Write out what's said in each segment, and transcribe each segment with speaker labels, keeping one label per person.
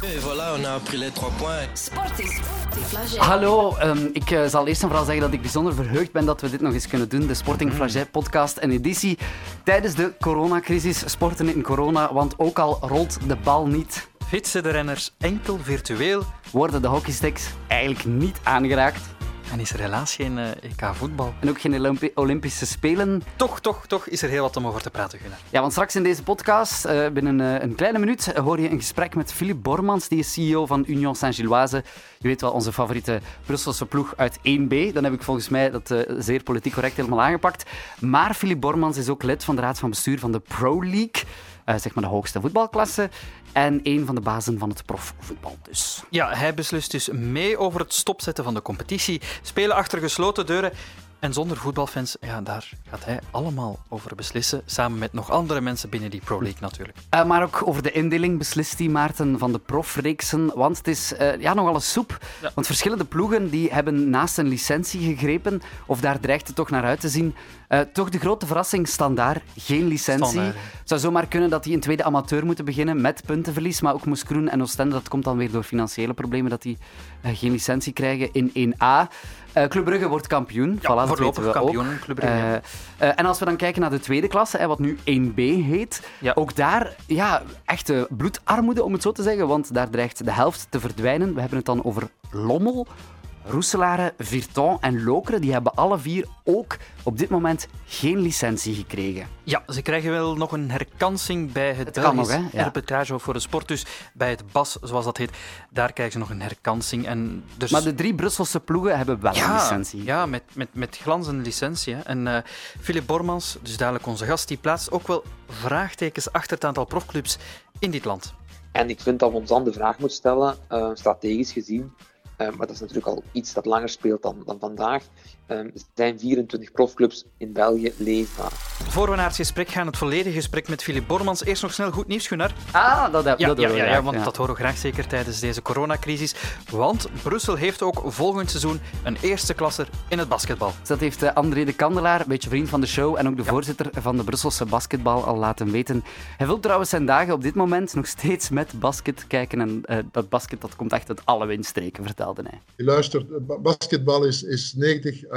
Speaker 1: Et voilà, on a pris les 3 points.
Speaker 2: Sporting Flagey.
Speaker 3: Hallo, ik zal eerst en vooral zeggen dat ik bijzonder verheugd ben dat we dit nog eens kunnen doen. De Sporting Flagey podcast en editie tijdens de coronacrisis. Sporten in corona, want ook al rolt de bal niet,
Speaker 4: fietsen de renners enkel virtueel,
Speaker 3: worden de hockeysticks eigenlijk niet aangeraakt.
Speaker 4: en is er helaas geen EK-voetbal.
Speaker 3: En ook geen Olympische Spelen.
Speaker 4: Toch is er heel wat om over te praten, Gunnar.
Speaker 3: Ja, want straks in deze podcast, binnen een kleine minuut, hoor je een gesprek met Philippe Bormans, die is CEO van Union Saint-Gilloise. Je weet wel, onze favoriete Brusselse ploeg uit 1B. Dan heb ik volgens mij dat zeer politiek correct helemaal aangepakt. Maar Philippe Bormans is ook lid van de raad van bestuur van de Pro League, zeg maar de hoogste voetbalklasse. En een van de bazen van het profvoetbal dus.
Speaker 4: Ja, hij beslist dus mee over het stopzetten van de competitie. Spelen achter gesloten deuren. En zonder voetbalfans, ja, daar gaat hij allemaal over beslissen. Samen met nog andere mensen binnen die Pro League natuurlijk.
Speaker 3: Maar ook over de indeling beslist die Maarten van de profreeksen. Want het is nogal een soep.
Speaker 4: Ja.
Speaker 3: Want verschillende ploegen die hebben naast een licentie gegrepen. Of daar dreigt het toch naar uit te zien. Toch de grote verrassing, Standaard, geen licentie.
Speaker 4: Standaard,
Speaker 3: Het zou zomaar kunnen dat die een tweede amateur moeten beginnen met puntenverlies. Maar ook Moeskroen en Oostende, dat komt dan weer door financiële problemen dat die geen licentie krijgen in 1A. Club Brugge wordt kampioen.
Speaker 4: Ja,
Speaker 3: voilà,
Speaker 4: voorlopig kampioen, Club Brugge.
Speaker 3: En als we dan kijken naar de tweede klasse, wat nu 1B heet,
Speaker 4: Ja.
Speaker 3: ook daar echte bloedarmoede, om het zo te zeggen, want daar dreigt de helft te verdwijnen. We hebben het dan over Lommel, Roeselare, Virton en Lokeren. Die hebben alle vier ook op dit moment geen licentie gekregen.
Speaker 4: Ja, ze krijgen wel nog een herkansing bij het
Speaker 3: kan
Speaker 4: Belgisch
Speaker 3: nog, hè? Ja.
Speaker 4: arbitrage voor de sport. Dus bij het BAS, zoals dat heet, daar krijgen ze nog een herkansing. En dus...
Speaker 3: Maar de 3 Brusselse ploegen hebben wel een licentie.
Speaker 4: Ja, met glans een licentie. Hè. En Philippe Bormans, dus dadelijk onze gast, die plaatst ook wel vraagtekens achter het aantal profclubs in dit land.
Speaker 5: En ik vind dat we ons dan de vraag moeten stellen, strategisch gezien, maar dat is natuurlijk al iets dat langer speelt dan vandaag, zijn 24 profclubs in België leefbaar?
Speaker 4: Voor we naar het gesprek gaan, het volledige gesprek met Philippe Bormans. Eerst nog snel goed nieuws, Gunnar.
Speaker 3: Dat doen we graag,
Speaker 4: want dat horen we graag zeker tijdens deze coronacrisis. Want Brussel heeft ook volgend seizoen een eerste klasser in het basketbal.
Speaker 3: Dus dat heeft André de Kandelaar, een beetje vriend van de show en ook de voorzitter van de Brusselse basketbal, al laten weten. Hij vult trouwens zijn dagen op dit moment nog steeds met basket kijken. En dat basket dat komt echt uit alle windstreken, vertelde hij.
Speaker 6: Je luistert, basketbal is 99%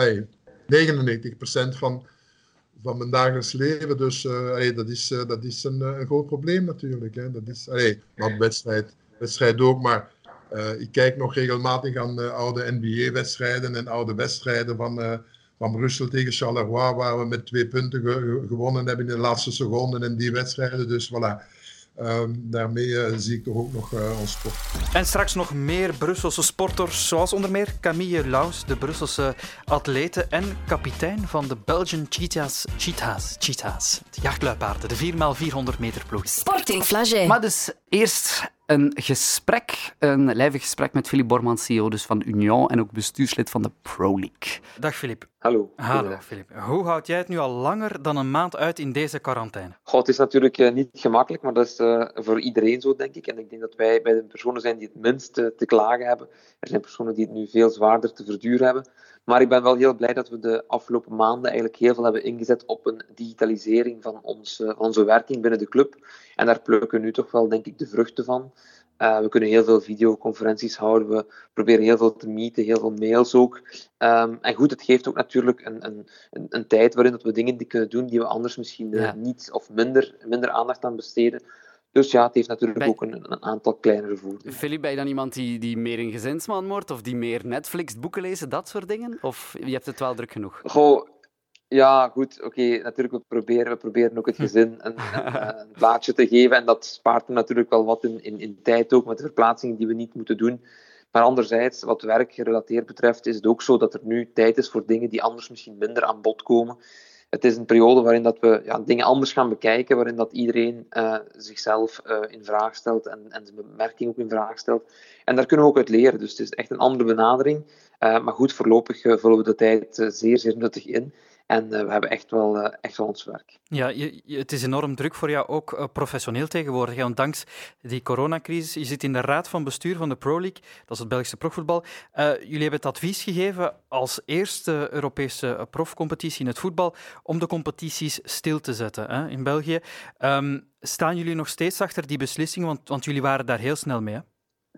Speaker 6: van mijn dagelijks leven. Dus dat is een groot probleem natuurlijk. Hè. Dat is, maar wedstrijd ook, maar ik kijk nog regelmatig aan oude NBA-wedstrijden en oude wedstrijden van Brussel tegen Charleroi, waar we met 2 punten gewonnen hebben in de laatste seconden in die wedstrijden. Dus voilà. Daarmee zie ik toch ook nog ons sport.
Speaker 4: En straks nog meer Brusselse sporters, zoals onder meer Camille Laus, de Brusselse atlete en kapitein van de Belgian Cheetahs, de jachtluipaarden, de 4x400 meter ploeg.
Speaker 2: Sporting Flagey.
Speaker 3: Maar dus eerst een lijvig gesprek met Philippe Bormans, CEO dus van Union en ook bestuurslid van de Pro League.
Speaker 4: Dag Philippe.
Speaker 5: Hallo.
Speaker 4: Hallo Philippe. Hoe houd jij het nu al langer dan een maand uit in deze quarantaine?
Speaker 5: Het is natuurlijk niet gemakkelijk, maar dat is voor iedereen zo, denk ik. En ik denk dat wij bij de personen zijn die het minst te klagen hebben. Er zijn personen die het nu veel zwaarder te verduren hebben. Maar ik ben wel heel blij dat we de afgelopen maanden eigenlijk heel veel hebben ingezet op een digitalisering van onze werking binnen de club. En daar plukken we nu toch wel, denk ik, de vruchten van. We kunnen heel veel videoconferenties houden. We proberen heel veel te meeten, heel veel mails ook. En goed, het geeft ook natuurlijk een tijd waarin dat we dingen kunnen doen die we anders misschien niet of minder aandacht aan besteden. Dus ja, het heeft natuurlijk ook een aantal kleinere voordelen.
Speaker 3: Philippe, ben je dan iemand die meer een gezinsman wordt of die meer Netflix, boeken lezen, dat soort dingen? Of je hebt het wel druk genoeg?
Speaker 5: Ja, goed, oké. Natuurlijk, we proberen ook het gezin een plaatje te geven. En dat spaart er natuurlijk wel wat in tijd ook, met de verplaatsingen die we niet moeten doen. Maar anderzijds, wat werkgerelateerd betreft, is het ook zo dat er nu tijd is voor dingen die anders misschien minder aan bod komen. Het is een periode waarin dat we dingen anders gaan bekijken, waarin dat iedereen zichzelf in vraag stelt en zijn bemerking ook in vraag stelt. En daar kunnen we ook uit leren. Dus het is echt een andere benadering. Maar goed, voorlopig vullen we de tijd zeer, zeer nuttig in. En we hebben echt wel ons werk.
Speaker 4: Ja, het is enorm druk voor jou, ook professioneel tegenwoordig. Ja, ondanks die coronacrisis, je zit in de raad van bestuur van de Pro League, dat is het Belgische profvoetbal. Jullie hebben het advies gegeven als eerste Europese profcompetitie in het voetbal om de competities stil te zetten in België. Staan jullie nog steeds achter die beslissing? Want jullie waren daar heel snel mee, hè?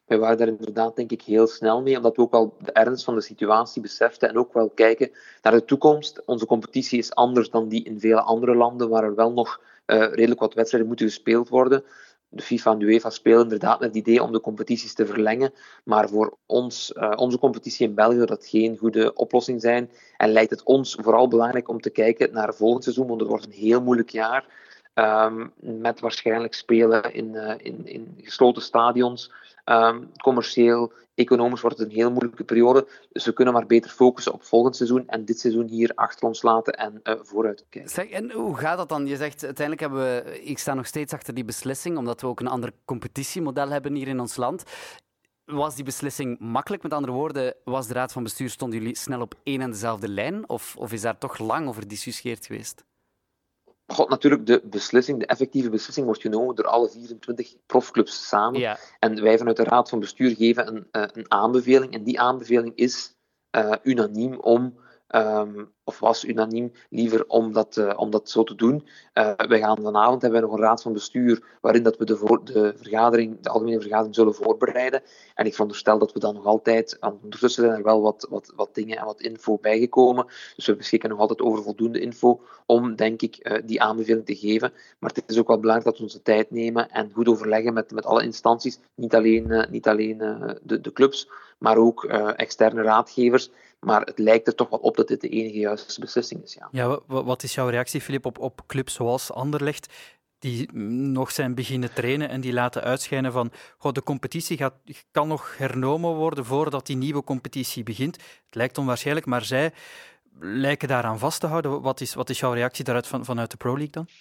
Speaker 5: wij waren daar inderdaad, denk ik, heel snel mee, omdat we ook wel de ernst van de situatie beseften en ook wel kijken naar de toekomst. Onze competitie is anders dan die in vele andere landen, waar er wel nog redelijk wat wedstrijden moeten gespeeld worden. De FIFA en de UEFA spelen inderdaad met het idee om de competities te verlengen, maar voor ons, onze competitie in België, zou dat geen goede oplossing zijn. En lijkt het ons vooral belangrijk om te kijken naar volgend seizoen, want het wordt een heel moeilijk jaar, met waarschijnlijk spelen in gesloten stadions. Commercieel, economisch wordt het een heel moeilijke periode. Dus we kunnen maar beter focussen op volgend seizoen en dit seizoen hier achter ons laten en vooruit kijken.
Speaker 3: Zeg, en hoe gaat dat dan? Je zegt, uiteindelijk hebben we... Ik sta nog steeds achter die beslissing, omdat we ook een ander competitiemodel hebben hier in ons land. Was die beslissing makkelijk? Met andere woorden, was de raad van bestuur, stonden jullie snel op één en dezelfde lijn? Of is daar toch lang over discussieerd geweest?
Speaker 5: Natuurlijk, de effectieve beslissing wordt genomen door alle 24 profclubs samen.
Speaker 3: Ja.
Speaker 5: En wij vanuit de raad van bestuur geven een aanbeveling. En die aanbeveling is unaniem of was unaniem liever om dat zo te doen. Wij gaan vanavond hebben we nog een raad van bestuur waarin dat we de algemene vergadering zullen voorbereiden. En ik veronderstel dat we dan nog altijd... Ondertussen zijn er wel wat dingen en wat info bijgekomen. Dus we beschikken nog altijd over voldoende info om, denk ik, die aanbeveling te geven. Maar het is ook wel belangrijk dat we onze tijd nemen en goed overleggen met alle instanties. Niet alleen de clubs, maar ook externe raadgevers. Maar het lijkt er toch wel op dat dit de enige juiste beslissing is.
Speaker 4: Ja, wat is jouw reactie, Filip, op clubs zoals Anderlecht, die nog zijn beginnen trainen en die laten uitschijnen van de competitie kan nog hernomen worden voordat die nieuwe competitie begint? Het lijkt onwaarschijnlijk, maar zij lijken daaraan vast te houden. Wat is jouw reactie daaruit vanuit de Pro League dan?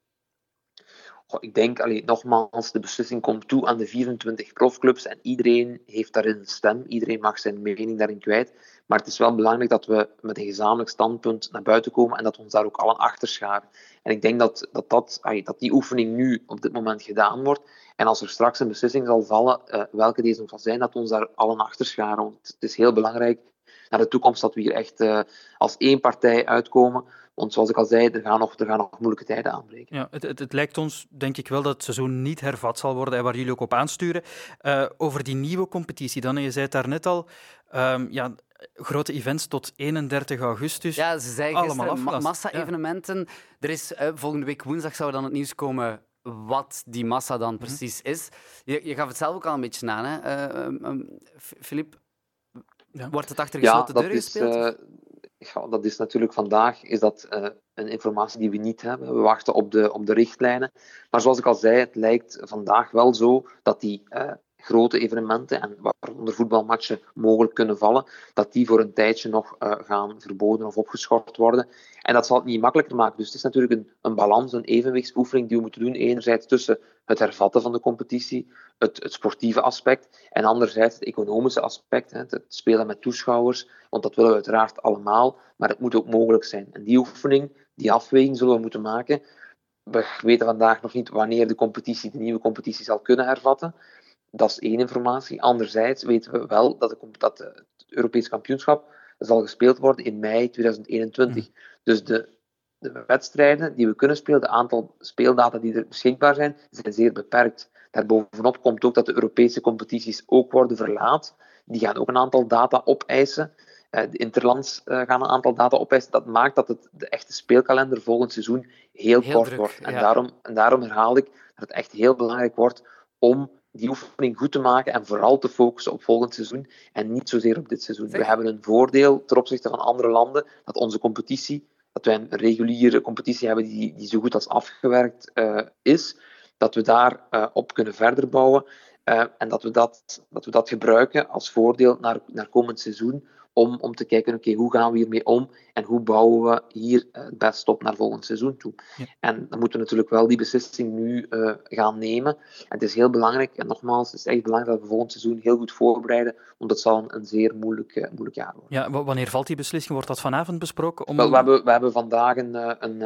Speaker 5: Ik denk, nogmaals, de beslissing komt toe aan de 24 profclubs en iedereen heeft daarin een stem. Iedereen mag zijn mening daarin kwijt. Maar het is wel belangrijk dat we met een gezamenlijk standpunt naar buiten komen en dat we ons daar ook allen achter scharen. En ik denk dat die oefening nu op dit moment gedaan wordt. En als er straks een beslissing zal vallen, welke deze zal zijn, dat we ons daar allen achter scharen. Want het is heel belangrijk naar de toekomst dat we hier echt als één partij uitkomen. Want zoals ik al zei, er gaan nog moeilijke tijden aanbreken.
Speaker 4: Ja, het lijkt ons, denk ik wel, dat het seizoen niet hervat zal worden en waar jullie ook op aansturen. Over die nieuwe competitie dan, en je zei het daarnet al, grote events tot 31 augustus.
Speaker 3: Ja, ze zei
Speaker 4: allemaal
Speaker 3: gisteren massa-evenementen. Er is, volgende week woensdag zou dan het nieuws komen wat die massa dan precies is. Je gaf het zelf ook al een beetje aan, hè, Filip?
Speaker 4: Ja.
Speaker 3: Wordt het achter gesloten deuren gespeeld?
Speaker 5: Dat is natuurlijk vandaag een informatie die we niet hebben. We wachten op de richtlijnen. Maar zoals ik al zei, het lijkt vandaag wel zo dat die grote evenementen, en waaronder voetbalmatchen mogelijk kunnen vallen, dat die voor een tijdje nog gaan verboden of opgeschort worden. En dat zal het niet makkelijker maken. Dus het is natuurlijk een balans, een evenwichtsoefening die we moeten doen. Enerzijds tussen het hervatten van de competitie, het sportieve aspect, en anderzijds het economische aspect, het spelen met toeschouwers, want dat willen we uiteraard allemaal, maar het moet ook mogelijk zijn. En die oefening, die afweging zullen we moeten maken. We weten vandaag nog niet wanneer de nieuwe competitie zal kunnen hervatten. Dat is één informatie. Anderzijds weten we wel dat het Europees kampioenschap zal gespeeld worden in mei 2021. Dus de wedstrijden die we kunnen spelen, de aantal speeldata die er beschikbaar zijn zeer beperkt. Daarbovenop komt ook dat de Europese competities ook worden verlaat. Die gaan ook een aantal data opeisen. De interlands gaan een aantal data opeisen. Dat maakt dat de echte speelkalender volgend seizoen heel kort
Speaker 3: druk
Speaker 5: wordt. En
Speaker 3: ja.
Speaker 5: daarom herhaal ik dat het echt heel belangrijk wordt om die oefening goed te maken en vooral te focussen op volgend seizoen en niet zozeer op dit seizoen. We hebben een voordeel ten opzichte van andere landen dat onze competitie, dat wij een reguliere competitie hebben die zo goed als afgewerkt is, dat we daar op kunnen verder bouwen en dat we dat gebruiken als voordeel naar komend seizoen om te kijken, oké, hoe gaan we hiermee om en hoe bouwen we hier het best op naar volgend seizoen toe. Ja. En dan moeten we natuurlijk wel die beslissing nu gaan nemen. En het is heel belangrijk, en nogmaals, het is echt belangrijk dat we volgend seizoen heel goed voorbereiden, want het zal een zeer moeilijk jaar worden.
Speaker 4: Ja, wanneer valt die beslissing? Wordt dat vanavond besproken?
Speaker 5: Wel, we hebben vandaag een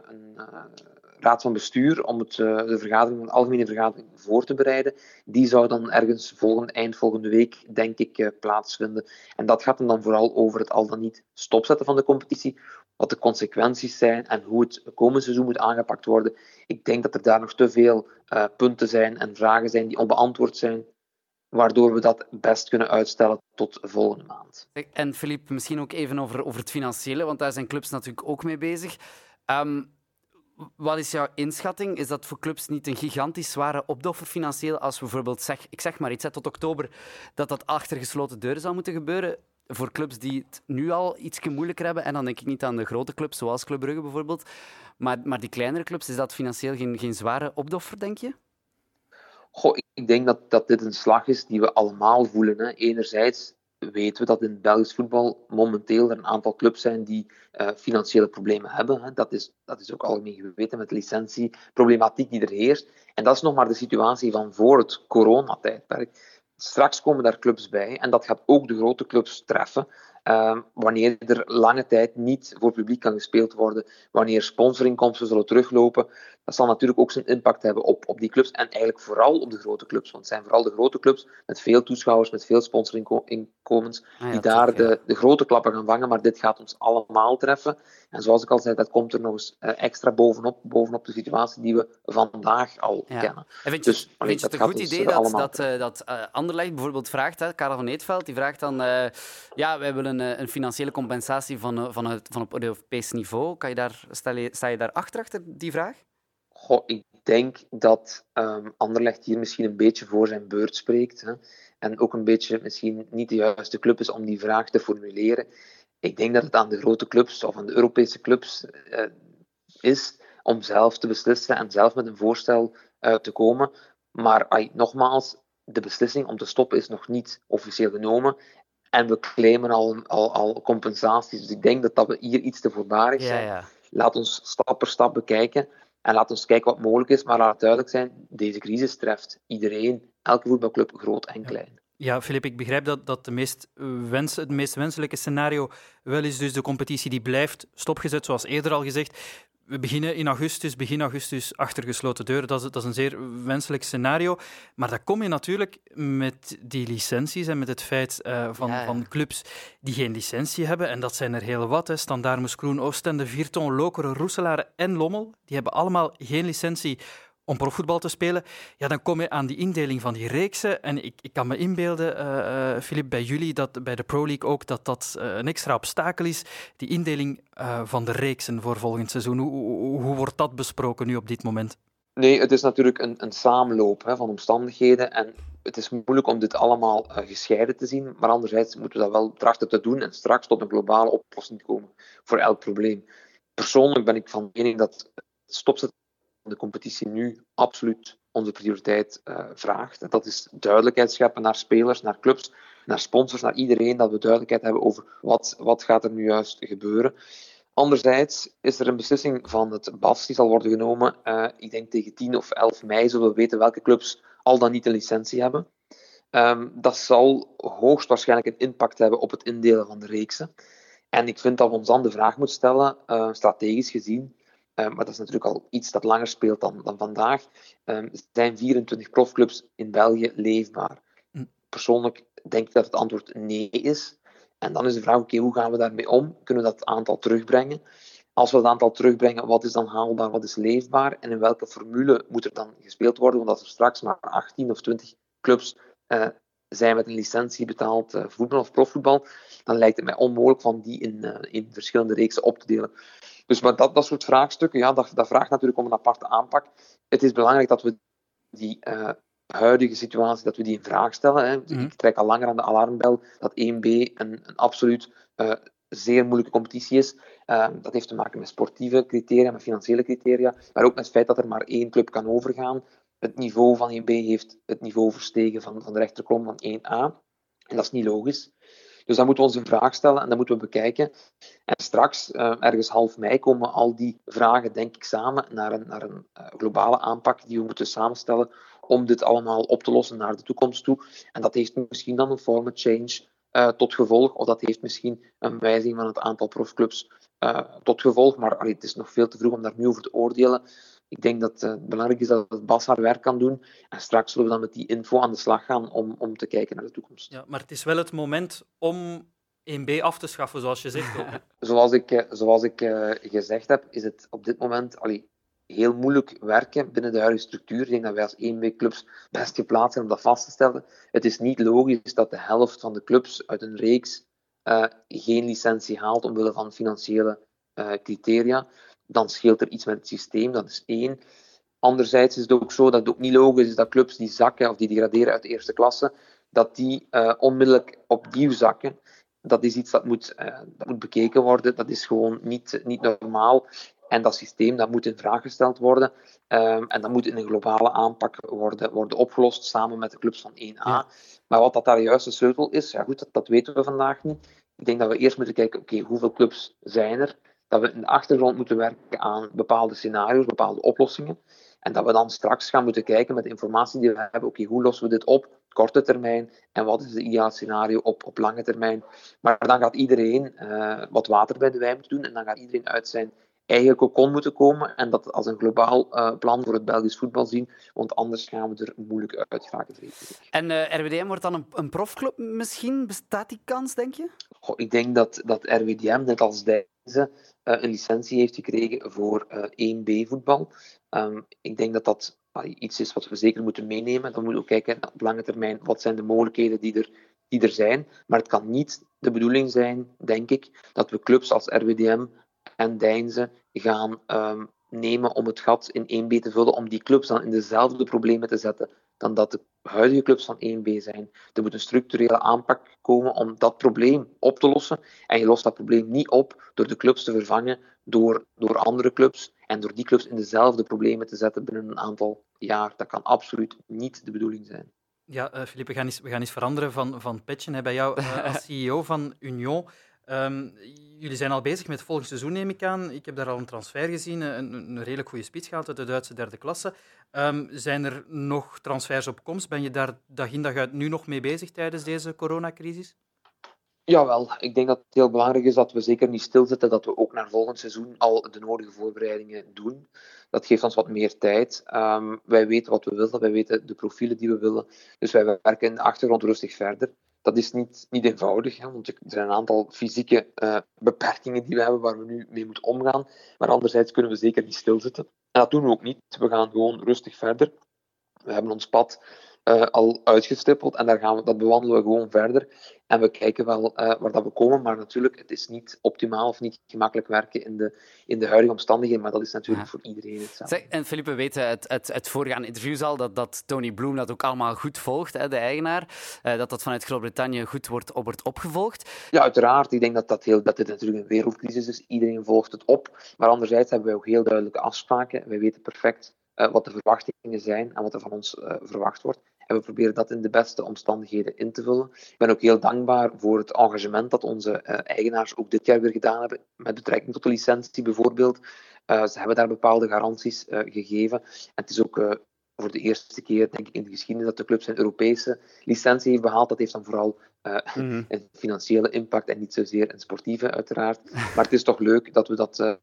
Speaker 5: raad van bestuur om de algemene vergadering voor te bereiden. Die zou dan ergens eind volgende week, denk ik, plaatsvinden. En dat gaat dan vooral over het al dan niet stopzetten van de competitie, wat de consequenties zijn en hoe het komend seizoen moet aangepakt worden. Ik denk dat er daar nog te veel punten zijn en vragen zijn die onbeantwoord zijn. waardoor we dat best kunnen uitstellen tot volgende maand.
Speaker 3: En Philippe, misschien ook even over het financiële, want daar zijn clubs natuurlijk ook mee bezig. Wat is jouw inschatting? Is dat voor clubs niet een gigantisch zware opdoffer financieel als bijvoorbeeld, ik zeg maar iets, tot oktober, dat achter gesloten deuren zou moeten gebeuren? Voor clubs die het nu al iets moeilijker hebben, en dan denk ik niet aan de grote clubs, zoals Club Brugge bijvoorbeeld, maar die kleinere clubs, is dat financieel geen zware opdoffer, denk je?
Speaker 5: Goh, ik denk dat dit een slag is die we allemaal voelen. Hè. Enerzijds weten we dat in het Belgisch voetbal momenteel er een aantal clubs zijn die financiële problemen hebben. Hè. Dat is ook algemeen geweten met de licentieproblematiek die er heerst. En dat is nog maar de situatie van voor het coronatijdperk. Straks komen daar clubs bij en dat gaat ook de grote clubs treffen. Wanneer er lange tijd niet voor publiek kan gespeeld worden, wanneer sponsorinkomsten zullen teruglopen, dat zal natuurlijk ook zijn impact hebben op die clubs en eigenlijk vooral op de grote clubs. Want het zijn vooral de grote clubs met veel toeschouwers, met veel sponsorinkomens, die daar de grote klappen gaan vangen. Maar dit gaat ons allemaal treffen. En zoals ik al zei, dat komt er nog eens extra bovenop de situatie die we vandaag al kennen.
Speaker 3: En vind je het een goed idee dat Anderlecht bijvoorbeeld vraagt, hè, Karel van Eetveld, die vraagt dan, wij willen een financiële compensatie van op Europees niveau. Sta je daar achter die vraag?
Speaker 5: Goh, ik denk dat Anderlecht hier misschien een beetje voor zijn beurt spreekt. Hè, en ook een beetje misschien niet de juiste club is om die vraag te formuleren. Ik denk dat het aan de grote clubs of aan de Europese clubs is om zelf te beslissen en zelf met een voorstel te komen. Maar nogmaals, de beslissing om te stoppen is nog niet officieel genomen. En we claimen al compensaties. Dus ik denk dat we hier iets te voorbarig zijn. Ja. Laat ons stap per stap bekijken. En laat ons kijken wat mogelijk is. Maar laat het duidelijk zijn, deze crisis treft iedereen. Elke voetbalclub, groot en klein.
Speaker 4: Ja, Filip, ik begrijp dat het meest wenselijke scenario wel is dus de competitie die blijft stopgezet, zoals eerder al gezegd. We beginnen begin augustus achter gesloten deuren. Dat is een zeer wenselijk scenario. Maar dan kom je natuurlijk met die licenties en met het feit van clubs die geen licentie hebben. En dat zijn er heel wat. Hè. Standaard, Moeskroen, Oostende, Virton, Lokeren, Roeselare en Lommel. Die hebben allemaal geen licentie om profvoetbal te spelen. Ja, dan kom je aan die indeling van die reeksen. En ik kan me inbeelden, Filip, bij jullie, dat bij de Pro League ook, dat een extra obstakel is. Die indeling van de reeksen voor volgend seizoen. Hoe wordt dat besproken nu op dit moment?
Speaker 5: Nee, het is natuurlijk een samenloop van omstandigheden. En het is moeilijk om dit allemaal gescheiden te zien. Maar anderzijds moeten we dat wel trachten te doen en straks tot een globale oplossing komen voor elk probleem. Persoonlijk ben ik van mening dat het stopzetten van de competitie nu absoluut onze prioriteit vraagt. En dat is duidelijkheid scheppen naar spelers, naar clubs, naar sponsors, naar iedereen, dat we duidelijkheid hebben over wat gaat er nu juist gebeuren. Anderzijds is er een beslissing van het BAS die zal worden genomen. Ik denk tegen 10 of 11 mei zullen we weten welke clubs al dan niet een licentie hebben. Dat zal hoogstwaarschijnlijk een impact hebben op het indelen van de reeksen. En ik vind dat we ons dan de vraag moeten stellen, strategisch gezien, maar dat is natuurlijk al iets dat langer speelt dan vandaag, zijn 24 profclubs in België leefbaar? Persoonlijk denk ik dat het antwoord nee is. En dan is de vraag, oké, hoe gaan we daarmee om? Kunnen we dat aantal terugbrengen? Als we dat aantal terugbrengen, wat is dan haalbaar, wat is leefbaar? En in welke formule moet er dan gespeeld worden? Want als er straks maar 18 of 20 clubs zijn met een licentie betaald voetbal of profvoetbal, dan lijkt het mij onmogelijk van die in verschillende reeksen op te delen. Dus maar dat soort vraagstukken, ja, dat vraagt natuurlijk om een aparte aanpak. Het is belangrijk dat we die huidige situatie, dat we die in vraag stellen. Hè. Ik trek al langer aan de alarmbel dat 1B een absoluut zeer moeilijke competitie is. Dat heeft te maken met sportieve criteria, met financiële criteria, maar ook met het feit dat er maar 1 club kan overgaan. Het niveau van 1B heeft het niveau verstegen van de rechterkolom van 1A. En dat is niet logisch. Dus dan moeten we ons een vraag stellen en dat moeten we bekijken. En straks, ergens half mei, komen al die vragen, denk ik, samen naar een globale aanpak die we moeten samenstellen om dit allemaal op te lossen naar de toekomst toe. En dat heeft misschien dan een format change tot gevolg, of dat heeft misschien een wijziging van het aantal profclubs tot gevolg. Maar het is nog veel te vroeg om daar nu over te oordelen. Ik denk dat het belangrijk is dat het BAS haar werk kan doen. En straks zullen we dan met die info aan de slag gaan om te kijken naar de toekomst.
Speaker 4: Ja, maar het is wel het moment om 1B af te schaffen, zoals je zegt.
Speaker 5: Zoals ik gezegd heb, is het op dit moment heel moeilijk werken binnen de huidige structuur. Ik denk dat wij als 1B-clubs best geplaatst zijn om dat vast te stellen. Het is niet logisch dat de helft van de clubs uit een reeks geen licentie haalt omwille van financiële criteria. Dan scheelt er iets met het systeem, dat is 1. Anderzijds is het ook zo dat het ook niet logisch is dat clubs die zakken of die degraderen uit de eerste klasse, dat die onmiddellijk opnieuw zakken. Dat is iets dat moet bekeken worden. Dat is gewoon niet normaal. En dat systeem dat moet in vraag gesteld worden. En dat moet in een globale aanpak worden opgelost, samen met de clubs van 1A. Ja. Maar wat dat daar de juiste sleutel is, ja goed, dat weten we vandaag niet. Ik denk dat we eerst moeten kijken, oké, hoeveel clubs zijn er? Dat we in de achtergrond moeten werken aan bepaalde scenario's, bepaalde oplossingen. En dat we dan straks gaan moeten kijken met de informatie die we hebben, oké, hoe lossen we dit op? Korte termijn en wat is het ideale scenario op lange termijn. Maar dan gaat iedereen wat water bij de wijn moeten doen en dan gaat iedereen uit zijn eigen cocon moeten komen en dat als een globaal plan voor het Belgisch voetbal zien, want anders gaan we er moeilijk uit geraken.
Speaker 3: En RWDM wordt dan een profclub misschien? Bestaat die kans, denk je?
Speaker 5: Goh, ik denk dat RWDM, net als deze, een licentie heeft gekregen voor 1B-voetbal. Ik denk dat iets is wat we zeker moeten meenemen. Dan moeten we ook kijken op lange termijn wat zijn de mogelijkheden die er zijn. Maar het kan niet de bedoeling zijn, denk ik, dat we clubs als RWDM en Deinze gaan nemen om het gat in 1B te vullen, om die clubs dan in dezelfde problemen te zetten dan dat de huidige clubs van 1B zijn. Er moet een structurele aanpak komen om dat probleem op te lossen. En je lost dat probleem niet op door de clubs te vervangen door andere clubs en door die clubs in dezelfde problemen te zetten binnen een aantal jaar. Dat kan absoluut niet de bedoeling zijn.
Speaker 4: Ja, Filip, we gaan eens veranderen van petje. Bij jou als CEO van Union. Jullie zijn al bezig met volgend seizoen, neem ik aan. Ik heb daar al een transfer gezien, een redelijk goede spits gehaald uit de Duitse derde klasse. Zijn er nog transfers op komst? Ben je daar dag in dag uit nu nog mee bezig tijdens deze coronacrisis?
Speaker 5: Jawel, ik denk dat het heel belangrijk is dat we zeker niet stilzitten, dat we ook naar volgend seizoen al de nodige voorbereidingen doen. Dat geeft ons wat meer tijd. Wij weten wat we willen, wij weten de profielen die we willen. Dus wij werken in de achtergrond rustig verder. Dat is niet eenvoudig, want er zijn een aantal fysieke beperkingen die we hebben waar we nu mee moeten omgaan. Maar anderzijds kunnen we zeker niet stilzitten. En dat doen we ook niet. We gaan gewoon rustig verder. We hebben ons pad al uitgestippeld en dat bewandelen we gewoon verder. En we kijken wel waar dat we komen, maar natuurlijk, het is niet optimaal of niet gemakkelijk werken in de huidige omstandigheden, maar dat is natuurlijk voor iedereen hetzelfde.
Speaker 3: Zeg, en Filip, we weten het voorgaande interview al dat Tony Bloom dat ook allemaal goed volgt, hè, de eigenaar, dat vanuit Groot-Brittannië goed wordt opgevolgd.
Speaker 5: Ja, uiteraard. Ik denk dat dit natuurlijk een wereldcrisis is. Iedereen volgt het op. Maar anderzijds hebben wij ook heel duidelijke afspraken. Wij weten perfect wat de verwachtingen zijn en wat er van ons verwacht wordt. En we proberen dat in de beste omstandigheden in te vullen. Ik ben ook heel dankbaar voor het engagement dat onze eigenaars ook dit jaar weer gedaan hebben, met betrekking tot de licentie bijvoorbeeld. Ze hebben daar bepaalde garanties gegeven. En het is ook voor de eerste keer, denk ik, in de geschiedenis dat de club zijn Europese licentie heeft behaald. Dat heeft dan vooral een financiële impact en niet zozeer een sportieve, uiteraard. Maar het is toch leuk dat we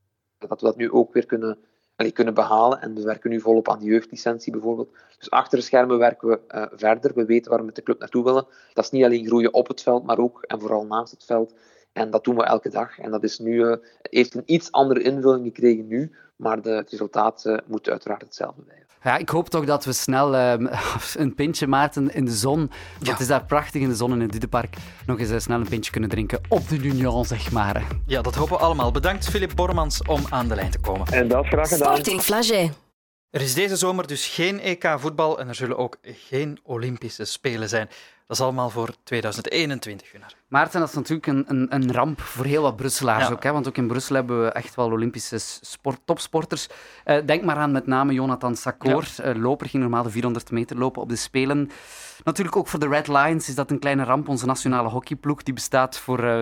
Speaker 5: dat nu ook weer kunnen behalen. En we werken nu volop aan de jeugdlicentie bijvoorbeeld. Dus achter de schermen werken we verder. We weten waar we met de club naartoe willen. Dat is niet alleen groeien op het veld, maar ook en vooral naast het veld. En dat doen we elke dag. En dat is nu, heeft een iets andere invulling gekregen nu, maar het resultaat moet uiteraard hetzelfde blijven.
Speaker 3: Ja, ik hoop toch dat we snel een pintje, Maarten, in de zon. Ja. Het is daar prachtig in de zon in het Diedenpark. Nog eens snel een pintje kunnen drinken op de Union, zeg maar.
Speaker 4: Ja, dat hopen we allemaal. Bedankt, Filip Bormans, om aan de lijn te komen.
Speaker 7: En dat graag gedaan.
Speaker 2: Sporting Flagey.
Speaker 4: Er is deze zomer dus geen EK-voetbal en er zullen ook geen Olympische Spelen zijn. Dat is allemaal voor 2021, Gunnar.
Speaker 3: Maarten, dat is natuurlijk een ramp voor heel wat Brusselaars ook. Hè? Want ook in Brussel hebben we echt wel Olympische topsporters. Denk maar aan met name Jonathan Sakor. Loper, ging normaal de 400 meter lopen op de Spelen. Natuurlijk ook voor de Red Lions is dat een kleine ramp. Onze nationale hockeyploeg die bestaat voor 125%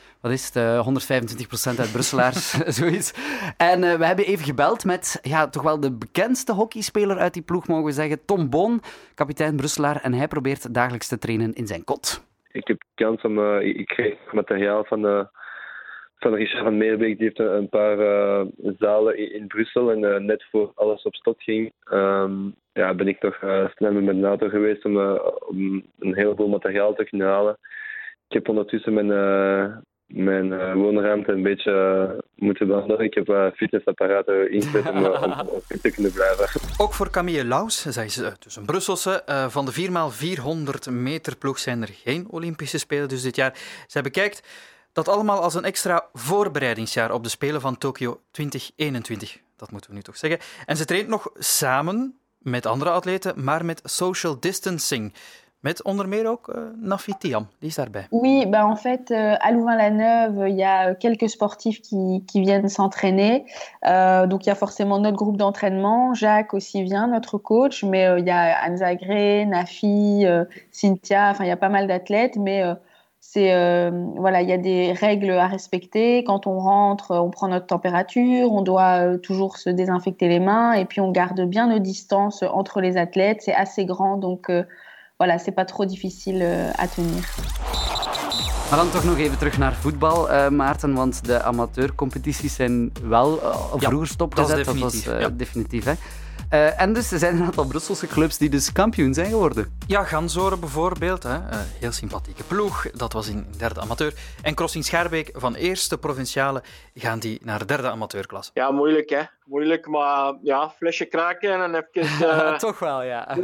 Speaker 3: uit Brusselaars. Zoiets. En we hebben even gebeld met toch wel de bekendste hockeyspeler uit die ploeg, mogen we zeggen. Tom Boon, kapitein Brusselaar. En hij probeert dagelijks te trainen in zijn kot.
Speaker 7: Ik heb de kans om... ik kreeg materiaal van Richard van Meerbeek. Die heeft een paar zalen in Brussel. En net voor alles op slot ging, ben ik nog snel met mijn auto geweest om een heleboel materiaal te kunnen halen. Ik heb ondertussen mijn woonruimte een beetje moeten behandelen. Ik heb fitnessapparaten ingezet om fit te kunnen blijven.
Speaker 4: Ook voor Camille Laus, zij is dus een Brusselse. Van de 4x400 meter ploeg zijn er geen Olympische Spelen dus dit jaar. Zij bekijkt dat allemaal als een extra voorbereidingsjaar op de Spelen van Tokio 2021. Dat moeten we nu toch zeggen. En ze traint nog samen met andere atleten, maar met social distancing. Met onder meer ook Nafi Thiam, die is daarbij.
Speaker 8: Oui, en fait, à Louvain-la-Neuve, il y a quelques sportifs qui viennent s'entraîner. Donc, il y a forcément notre groupe d'entraînement. Jacques aussi vient, notre coach. Mais il y a Anne Zagré, Nafi, Cynthia. Enfin, il y a pas mal d'athlètes. Mais voilà, il y a des règles à respecter. Quand on rentre, on prend notre température. On doit toujours se désinfecter les mains. Et puis, on garde bien nos distances entre les athlètes. C'est assez grand, donc... Voilà, c'est pas trop difficile à tenir.
Speaker 3: Maar dan toch nog even terug naar voetbal, Maarten, want de amateurcompetities zijn wel vroeger stopgezet.
Speaker 4: Dat
Speaker 3: was definitief. Hè? En dus er zijn een aantal Brusselse clubs die dus kampioen zijn geworden.
Speaker 4: Ja, Gansoren bijvoorbeeld. Hè. Heel sympathieke ploeg. Dat was in derde amateur. En Crossing Schaarbeek van eerste provinciale gaan die naar derde amateurklasse.
Speaker 9: Ja, moeilijk hè. Moeilijk, maar ja, flesje kraken en even...
Speaker 3: Toch wel, ja.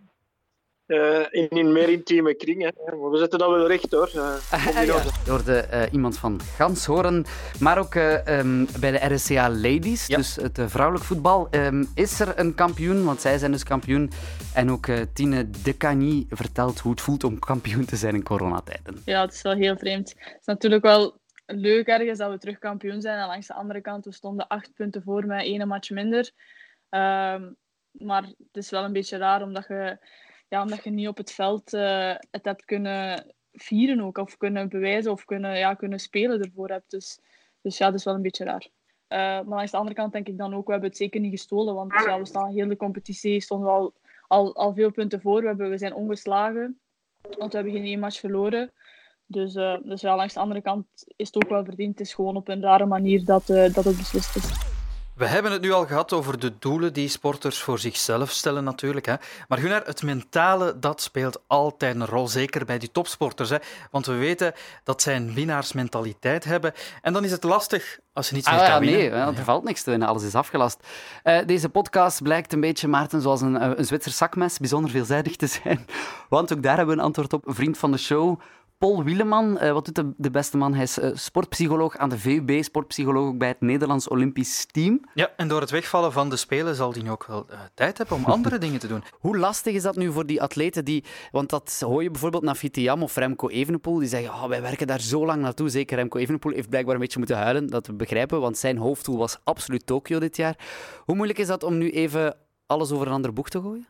Speaker 8: in een meer intieme kring. Hè. Maar we zetten dat wel recht hoor.
Speaker 3: Je hoorde iemand van Ganshoren, maar ook bij de RSCA Ladies, dus het vrouwelijk voetbal, is er een kampioen, want zij zijn dus kampioen. En ook Tine de Cagny vertelt hoe het voelt om kampioen te zijn in coronatijden.
Speaker 10: Ja, het is wel heel vreemd. Het is natuurlijk wel leuk ergens dat we terug kampioen zijn. En langs de andere kant, we stonden 8 punten voor met 1 match minder. Maar het is wel een beetje raar, omdat je niet op het veld het hebt kunnen vieren ook, of kunnen bewijzen of kunnen spelen ervoor hebt. Dus ja, dat is wel een beetje raar. Maar langs de andere kant denk ik dan ook, we hebben het zeker niet gestolen, want we staan heel de competitie, stonden we al veel punten voor. We zijn ongeslagen, want we hebben geen 1 match verloren. Dus ja, langs de andere kant is het ook wel verdiend. Het is gewoon op een rare manier dat het beslist is.
Speaker 4: We hebben het nu al gehad over de doelen die sporters voor zichzelf stellen natuurlijk. Hè. Maar Gunnar, het mentale, dat speelt altijd een rol, zeker bij die topsporters. Hè. Want we weten dat zij een winnaarsmentaliteit hebben. En dan is het lastig als je niets meer kan winnen.
Speaker 3: Nee, er valt niks te winnen, alles is afgelast. Deze podcast blijkt een beetje, Maarten, zoals een Zwitser zakmes, bijzonder veelzijdig te zijn. Want ook daar hebben we een antwoord op. Vriend van de show, Paul Wieleman. Wat doet de beste man? Hij is sportpsycholoog aan de VUB, sportpsycholoog ook bij het Nederlands Olympisch Team.
Speaker 4: Ja, en door het wegvallen van de Spelen zal hij nu ook wel tijd hebben om andere dingen te doen.
Speaker 3: Hoe lastig is dat nu voor die atleten want dat hoor je bijvoorbeeld Nafi Thiam of Remco Evenepoel, die zeggen, wij werken daar zo lang naartoe. Zeker Remco Evenepoel heeft blijkbaar een beetje moeten huilen, dat we begrijpen, want zijn hoofddoel was absoluut Tokio dit jaar. Hoe moeilijk is dat om nu even alles over een ander boek te gooien?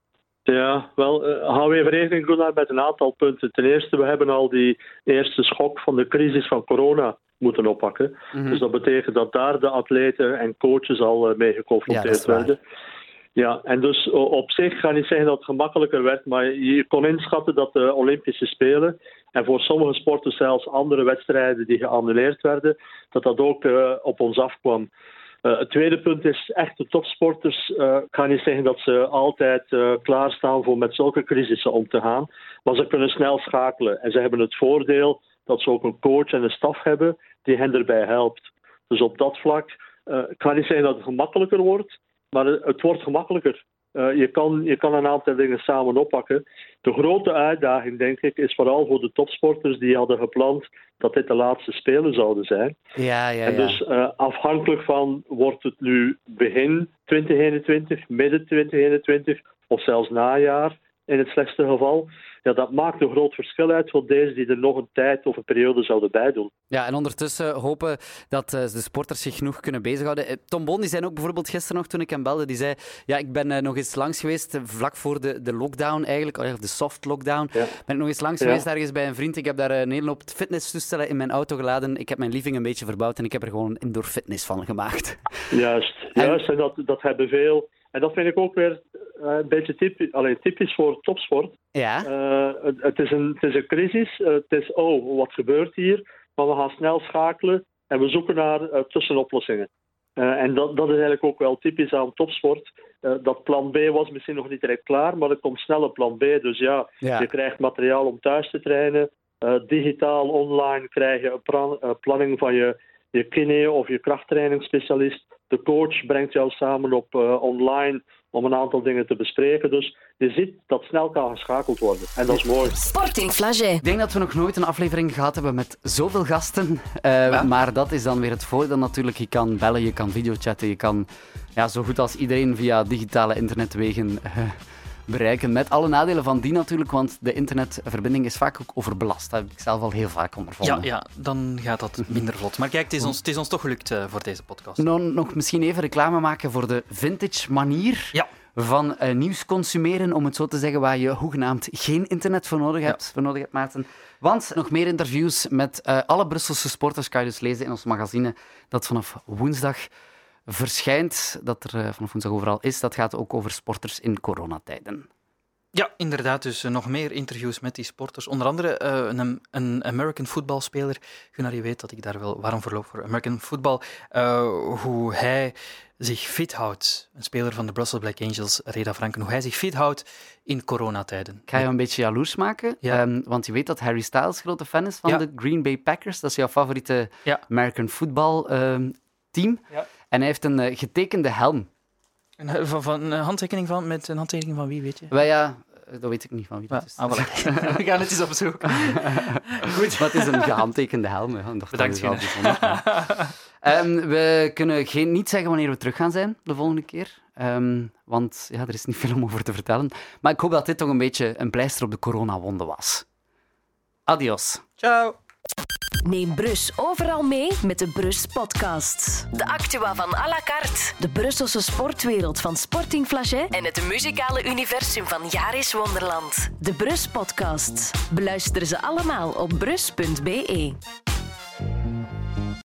Speaker 11: Ja, wel, gaan we even rekening met een aantal punten. Ten eerste, we hebben al die eerste schok van de crisis van corona moeten oppakken. Mm-hmm. Dus dat betekent dat daar de atleten en coaches al mee geconfronteerd werden. Ja, en dus op zich ga ik niet zeggen dat het gemakkelijker werd, maar je kon inschatten dat de Olympische Spelen en voor sommige sporten zelfs andere wedstrijden die geannuleerd werden, dat ook op ons afkwam. Het tweede punt is echt de topsporters. Ik ga niet zeggen dat ze altijd klaarstaan voor met zulke crisissen om te gaan. Maar ze kunnen snel schakelen. En ze hebben het voordeel dat ze ook een coach en een staf hebben die hen erbij helpt. Dus op dat vlak, ik ga niet zeggen dat het gemakkelijker wordt, maar het wordt gemakkelijker. Je kan een aantal dingen samen oppakken. De grote uitdaging, denk ik, is vooral voor de topsporters die hadden gepland dat dit de laatste Spelen zouden zijn.
Speaker 3: Ja.
Speaker 11: En dus afhankelijk van, wordt het nu begin 2021, midden 2021 of zelfs najaar in het slechtste geval. Ja, dat maakt een groot verschil uit voor deze die er nog een tijd of een periode zouden bijdoen.
Speaker 3: Ja, en ondertussen hopen dat de sporters zich genoeg kunnen bezighouden. Tom Boon, die zei ook bijvoorbeeld gisteren nog toen ik hem belde, die zei, ja, ik ben nog eens langs geweest, vlak voor de lockdown eigenlijk, of de soft lockdown. Ja. Ben ik nog eens langs geweest ergens bij een vriend. Ik heb daar een hele hoop fitnesstoestellen in mijn auto geladen. Ik heb mijn living een beetje verbouwd en ik heb er gewoon indoor fitness van gemaakt.
Speaker 11: Juist. En dat hebben veel. En dat vind ik ook weer een beetje typisch voor topsport.
Speaker 3: Ja.
Speaker 11: Het is een crisis. Het is, wat gebeurt hier? Maar we gaan snel schakelen en we zoeken naar tussenoplossingen. En dat is eigenlijk ook wel typisch aan topsport. Dat plan B was misschien nog niet direct klaar, maar er komt snel een plan B. Dus je krijgt materiaal om thuis te trainen. digitaal, online krijg je een planning van je kine of je krachttrainingsspecialist. De coach brengt jou samen op online om een aantal dingen te bespreken. Dus je ziet dat snel kan geschakeld worden. En dat is mooi.
Speaker 2: Sporting Flagey.
Speaker 3: Ik denk dat we nog nooit een aflevering gehad hebben met zoveel gasten. Maar dat is dan weer het voordeel natuurlijk. Je kan bellen, je kan videochatten, je kan zo goed als iedereen via digitale internetwegen bereiken. Met alle nadelen van die natuurlijk, want de internetverbinding is vaak ook overbelast. Dat heb ik zelf al heel vaak ondervonden.
Speaker 4: Ja, dan gaat dat minder vlot. Maar kijk, het is ons toch gelukt voor deze podcast.
Speaker 3: Nog misschien even reclame maken voor de vintage manier van nieuws consumeren, om het zo te zeggen, waar je hoegenaamd geen internet voor nodig hebt, Maarten. Want nog meer interviews met alle Brusselse sporters kan je dus lezen in ons magazine dat vanaf woensdag verschijnt, dat er vanaf woensdag overal is. Dat gaat ook over sporters in coronatijden.
Speaker 4: Ja, inderdaad. Dus nog meer interviews met die sporters. Onder andere een American footballspeler. Gunnar, je weet dat ik daar wel warm voor loop voor American football. Hoe hij zich fit houdt. Een speler van de Brussels Black Angels, Reda Franken. Hoe hij zich fit houdt in coronatijden.
Speaker 3: Ik ga je een beetje jaloers maken.
Speaker 4: Ja.
Speaker 3: Want je weet dat Harry Styles grote fan is van de Green Bay Packers. Dat is jouw favoriete American football team. Ja. En hij heeft een getekende helm.
Speaker 4: Een handtekening van? Met een handtekening van wie, weet je?
Speaker 3: Dat weet ik niet van wie dat is.
Speaker 4: Voilà. We gaan het eens opzoeken.
Speaker 3: Goed. Maar het is een gehandtekende helm. Ja.
Speaker 4: Bedankt,
Speaker 3: dat is we kunnen niet zeggen wanneer we terug gaan zijn de volgende keer. Want er is niet veel om over te vertellen. Maar ik hoop dat dit toch een beetje een pleister op de coronawonde was. Adios.
Speaker 4: Ciao.
Speaker 2: Neem Brus overal mee met de Brus Podcast. De actua van à la carte, de Brusselse sportwereld van Sporting Flagey en het muzikale universum van Jaris Wonderland. De Brus Podcast. Beluister ze allemaal op brus.be.